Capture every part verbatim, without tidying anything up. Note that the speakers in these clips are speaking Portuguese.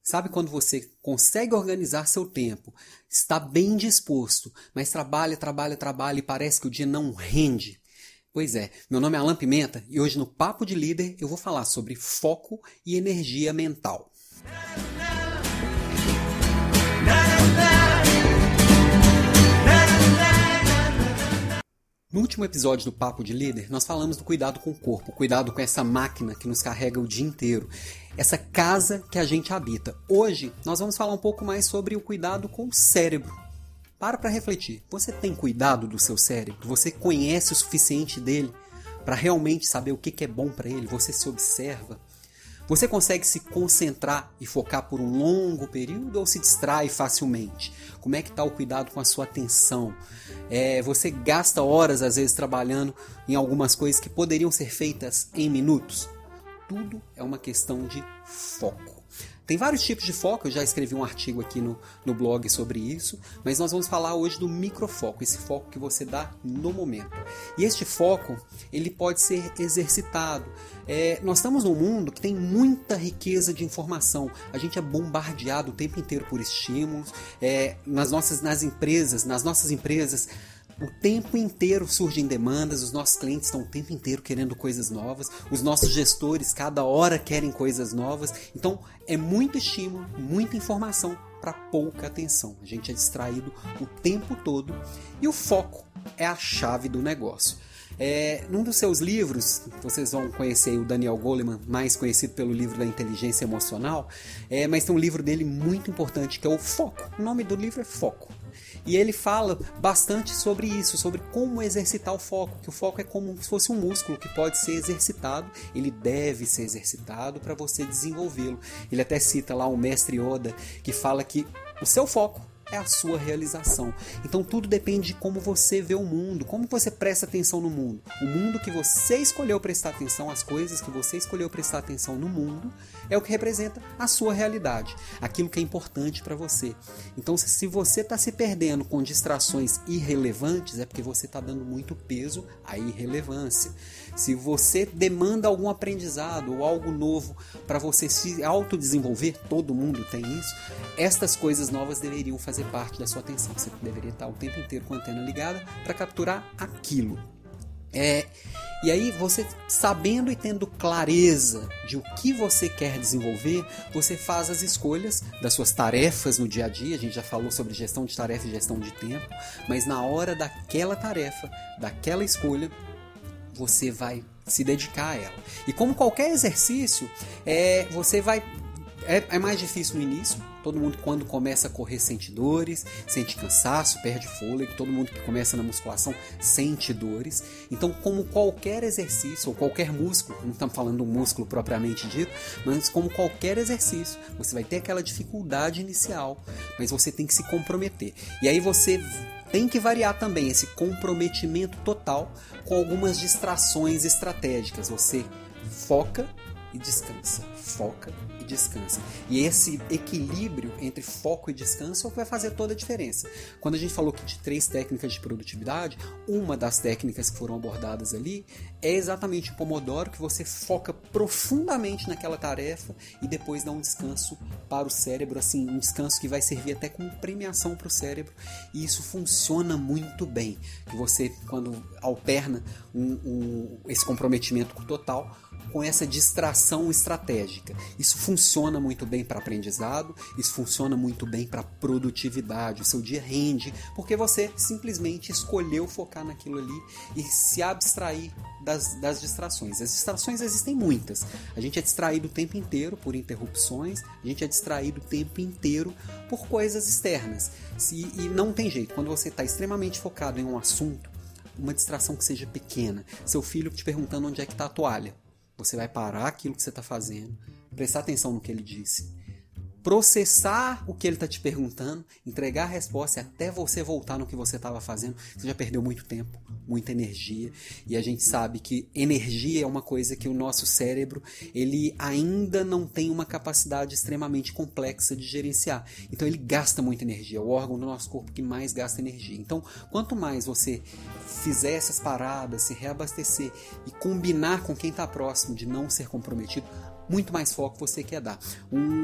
Sabe quando você consegue organizar seu tempo, está bem disposto, mas trabalha, trabalha, trabalha e parece que o dia não rende? Pois é, meu nome é Alan Pimenta e hoje no Papo de Líder eu vou falar sobre foco e energia mental. No último episódio do Papo de Líder, nós falamos do cuidado com o corpo, cuidado com essa máquina que nos carrega o dia inteiro, essa casa que a gente habita. Hoje, nós vamos falar um pouco mais sobre o cuidado com o cérebro. Para para refletir. Você tem cuidado do seu cérebro? Você conhece o suficiente dele para realmente saber o que é bom para ele? Você se observa? Você consegue se concentrar e focar por um longo período ou se distrai facilmente? Como é que está o cuidado com a sua atenção? É, você gasta horas, às vezes, trabalhando em algumas coisas que poderiam ser feitas em minutos? Tudo é uma questão de foco. Tem vários tipos de foco, eu já escrevi um artigo aqui no, no blog sobre isso, mas nós vamos falar hoje do microfoco, esse foco que você dá no momento. E este foco, ele pode ser exercitado. É, nós estamos num mundo que tem muita riqueza de informação, a gente é bombardeado o tempo inteiro por estímulos, é, nas, nossas, nas empresas, nas nossas empresas, o tempo inteiro surgem demandas, os nossos clientes estão o tempo inteiro querendo coisas novas, os nossos gestores cada hora querem coisas novas, então é muito estímulo, muita informação para pouca atenção. A gente é distraído o tempo todo e o foco é a chave do negócio. É, num dos seus livros, vocês vão conhecer o Daniel Goleman, mais conhecido pelo livro da inteligência emocional, é, mas tem um livro dele muito importante que é o Foco. O nome do livro é Foco. E ele fala bastante sobre isso, sobre como exercitar o foco, que o foco é como se fosse um músculo que pode ser exercitado, ele deve ser exercitado para você desenvolvê-lo. Ele até cita lá o mestre Yoda, que fala que o seu foco é a sua realização. Então tudo depende de como você vê o mundo, como você presta atenção no mundo. O mundo que você escolheu prestar atenção, as coisas que você escolheu prestar atenção no mundo, é o que representa a sua realidade, aquilo que é importante para você. Então se você está se perdendo com distrações irrelevantes, é porque você está dando muito peso à irrelevância. Se você demanda algum aprendizado ou algo novo para você se autodesenvolver, todo mundo tem isso, estas coisas novas deveriam fazer parte da sua atenção. Você deveria estar o tempo inteiro com a antena ligada para capturar aquilo. É, e aí você, sabendo e tendo clareza de o que você quer desenvolver, você faz as escolhas das suas tarefas no dia a dia. A gente já falou sobre gestão de tarefa e gestão de tempo, mas na hora daquela tarefa, daquela escolha, você vai se dedicar a ela. E como qualquer exercício, é, você vai... É, é mais difícil no início. Todo mundo quando começa a correr sente dores, sente cansaço, perde fôlego. Todo mundo que começa na musculação sente dores. Então, como qualquer exercício ou qualquer músculo, não estamos falando do músculo propriamente dito, mas como qualquer exercício, você vai ter aquela dificuldade inicial, mas você tem que se comprometer. E aí você tem que variar também esse comprometimento total com algumas distrações estratégicas. Você foca e descansa, foca e descansa. E esse equilíbrio entre foco e descanso é o que vai fazer toda a diferença. Quando a gente falou que de três técnicas de produtividade, uma das técnicas que foram abordadas ali é exatamente o Pomodoro, que você foca profundamente naquela tarefa e depois dá um descanso para o cérebro, assim, um descanso que vai servir até como premiação para o cérebro, e isso funciona muito bem, que você, quando alterna um, um, esse comprometimento total com essa distração estratégica. Isso funciona muito bem para aprendizado, isso funciona muito bem para produtividade. O seu dia rende porque você simplesmente escolheu focar naquilo ali e se abstrair das, das distrações. As distrações existem muitas. A gente é distraído o tempo inteiro por interrupções, a gente é distraído o tempo inteiro por coisas externas. Se, e não tem jeito, quando você está extremamente focado em um assunto, uma distração que seja pequena, seu filho te perguntando onde é que está a toalha, você vai parar aquilo que você está fazendo, prestar atenção no que ele disse, processar o que ele está te perguntando, entregar a resposta e até você voltar no que você estava fazendo. Você já perdeu muito tempo, muita energia, e a gente sabe que energia é uma coisa que o nosso cérebro ele ainda não tem uma capacidade extremamente complexa de gerenciar. Então ele gasta muita energia, é o órgão do nosso corpo que mais gasta energia. Então quanto mais você fizer essas paradas, se reabastecer e combinar com quem está próximo de não ser comprometido, muito mais foco você quer dar. Um,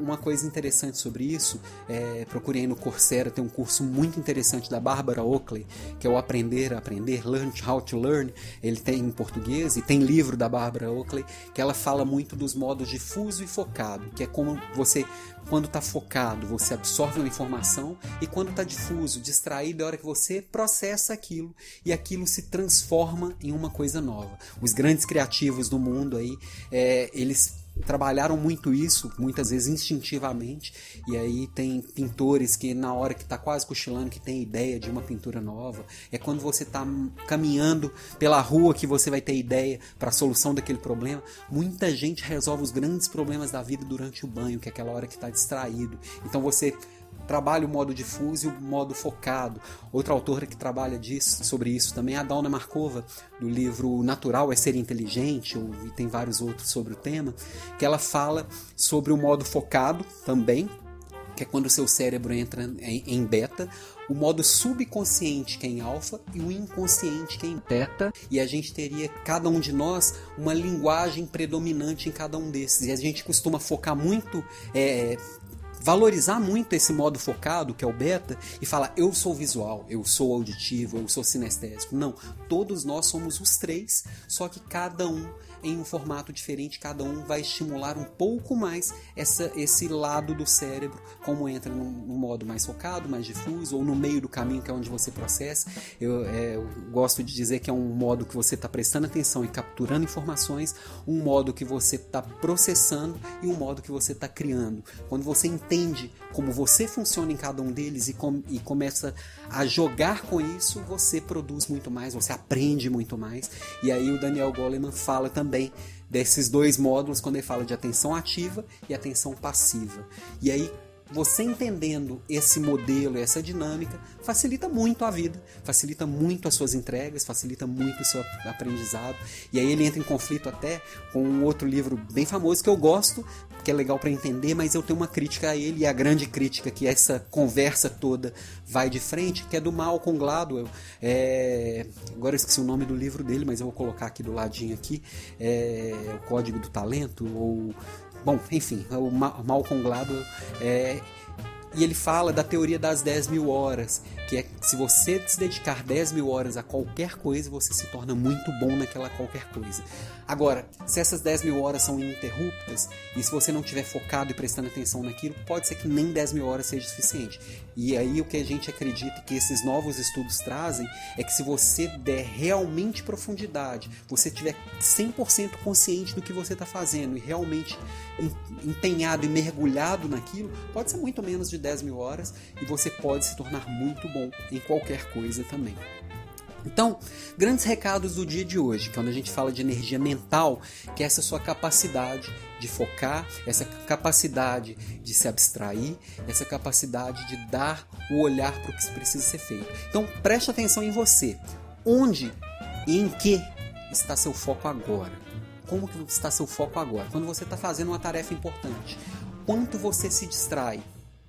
uma coisa interessante sobre isso, é, procurei no Coursera, tem um curso muito interessante da Barbara Oakley, que é o Aprender a Aprender, Learn How to Learn, ele tem em português, e tem livro da Barbara Oakley, que ela fala muito dos modos difuso e focado, que é como você, quando está focado, você absorve uma informação, e quando está difuso, distraído, é a hora que você processa aquilo, e aquilo se transforma em uma coisa nova. Os grandes criativos do mundo aí, é, eles trabalharam muito isso, muitas vezes instintivamente, e aí tem pintores que na hora que está quase cochilando, que tem ideia de uma pintura nova, é quando você está caminhando pela rua que você vai ter ideia para a solução daquele problema. Muita gente resolve os grandes problemas da vida durante o banho, que é aquela hora que está distraído. Então você trabalha o modo difuso e o modo focado. Outra autora que trabalha disso, sobre isso também é a Dauna Markova, do livro Natural é Ser Inteligente, ou, e tem vários outros sobre o tema, que ela fala sobre o modo focado também, que é quando o seu cérebro entra em, em beta, o modo subconsciente, que é em alfa, e o inconsciente, que é em teta, e a gente teria, cada um de nós, uma linguagem predominante em cada um desses, e a gente costuma focar muito, é, valorizar muito esse modo focado, que é o beta, e falar, eu sou visual, eu sou auditivo, eu sou sinestésico. Não, todos nós somos os três, só que cada um em um formato diferente, cada um vai estimular um pouco mais essa, esse lado do cérebro, como entra no, no modo mais focado, mais difuso, ou no meio do caminho, que é onde você processa. Eu, é, eu gosto de dizer que é um modo que você está prestando atenção e capturando informações, um modo que você está processando e um modo que você está criando. Quando você entende como você funciona em cada um deles e, com, e começa a jogar com isso, você produz muito mais, você aprende muito mais. E aí o Daniel Goleman fala também desses dois módulos quando ele fala de atenção ativa e atenção passiva. E aí, você entendendo esse modelo, essa dinâmica, facilita muito a vida, facilita muito as suas entregas, facilita muito o seu aprendizado. E aí ele entra em conflito até com um outro livro bem famoso que eu gosto, que é legal para entender, mas eu tenho uma crítica a ele, e a grande crítica que essa conversa toda vai de frente, que é do Malcolm Gladwell. É... Agora eu esqueci o nome do livro dele, mas eu vou colocar aqui do ladinho aqui, é... O Código do Talento, ou... Bom, enfim, o Malcolm Gladwell, é, e ele fala da teoria das dez mil horas, que é que se você se dedicar dez mil horas a qualquer coisa, você se torna muito bom naquela qualquer coisa. Agora, se essas dez mil horas são ininterruptas, e se você não estiver focado e prestando atenção naquilo, pode ser que nem dez mil horas seja suficiente. E aí o que a gente acredita que esses novos estudos trazem é que se você der realmente profundidade, você estiver cem por cento consciente do que você está fazendo e realmente empenhado e mergulhado naquilo, pode ser muito menos de dez mil horas e você pode se tornar muito bom em qualquer coisa também. Então, grandes recados do dia de hoje, quando a gente fala de energia mental, que é essa sua capacidade de focar, essa capacidade de se abstrair, essa capacidade de dar o olhar para o que precisa ser feito. Então, preste atenção em você. Onde e em que está seu foco agora? Como que está seu foco agora? Quando você está fazendo uma tarefa importante, quanto você se distrai?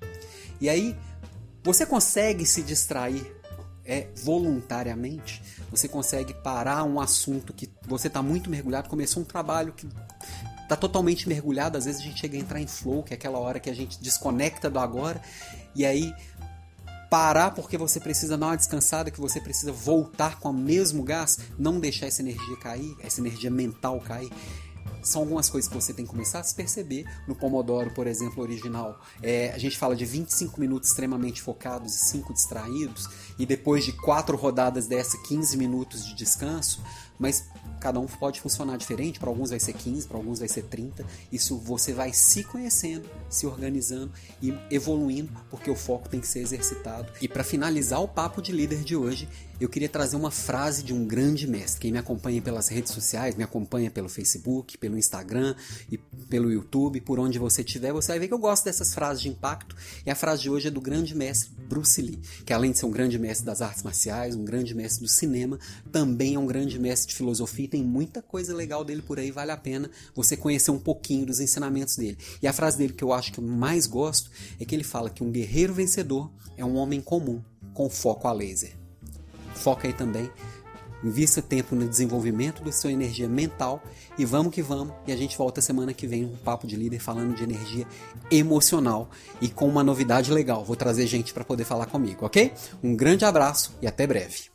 E aí, você consegue se distrair é, voluntariamente? Você consegue parar um assunto que você está muito mergulhado, começou um trabalho que está totalmente mergulhado, às vezes a gente chega a entrar em flow, que é aquela hora que a gente desconecta do agora, e aí parar porque você precisa dar uma descansada, que você precisa voltar com o mesmo gás, não deixar essa energia cair, essa energia mental cair. São algumas coisas que você tem que começar a se perceber. No Pomodoro, por exemplo, original, é, a gente fala de vinte e cinco minutos extremamente focados e cinco distraídos, e depois de quatro rodadas dessa, quinze minutos de descanso, mas cada um pode funcionar diferente, para alguns vai ser quinze, para alguns vai ser trinta. Isso você vai se conhecendo, se organizando e evoluindo, porque o foco tem que ser exercitado. E para finalizar o Papo de Líder de hoje, eu queria trazer uma frase de um grande mestre. Quem me acompanha pelas redes sociais, me acompanha pelo Facebook, pelo Instagram e pelo YouTube, por onde você estiver, você vai ver que eu gosto dessas frases de impacto. E a frase de hoje é do grande mestre Bruce Lee, que além de ser um grande mestre das artes marciais, um grande mestre do cinema, também é um grande mestre de filosofia. Tem muita coisa legal dele por aí, vale a pena você conhecer um pouquinho dos ensinamentos dele. E a frase dele que eu acho que eu mais gosto é que ele fala que um guerreiro vencedor é um homem comum com foco a laser. Foca aí também invista tempo no desenvolvimento da sua energia mental e vamos que vamos. E a gente volta semana que vem no Papo de Líder falando de energia emocional e com uma novidade legal. Vou trazer gente para poder falar comigo, ok? Um grande abraço e até breve.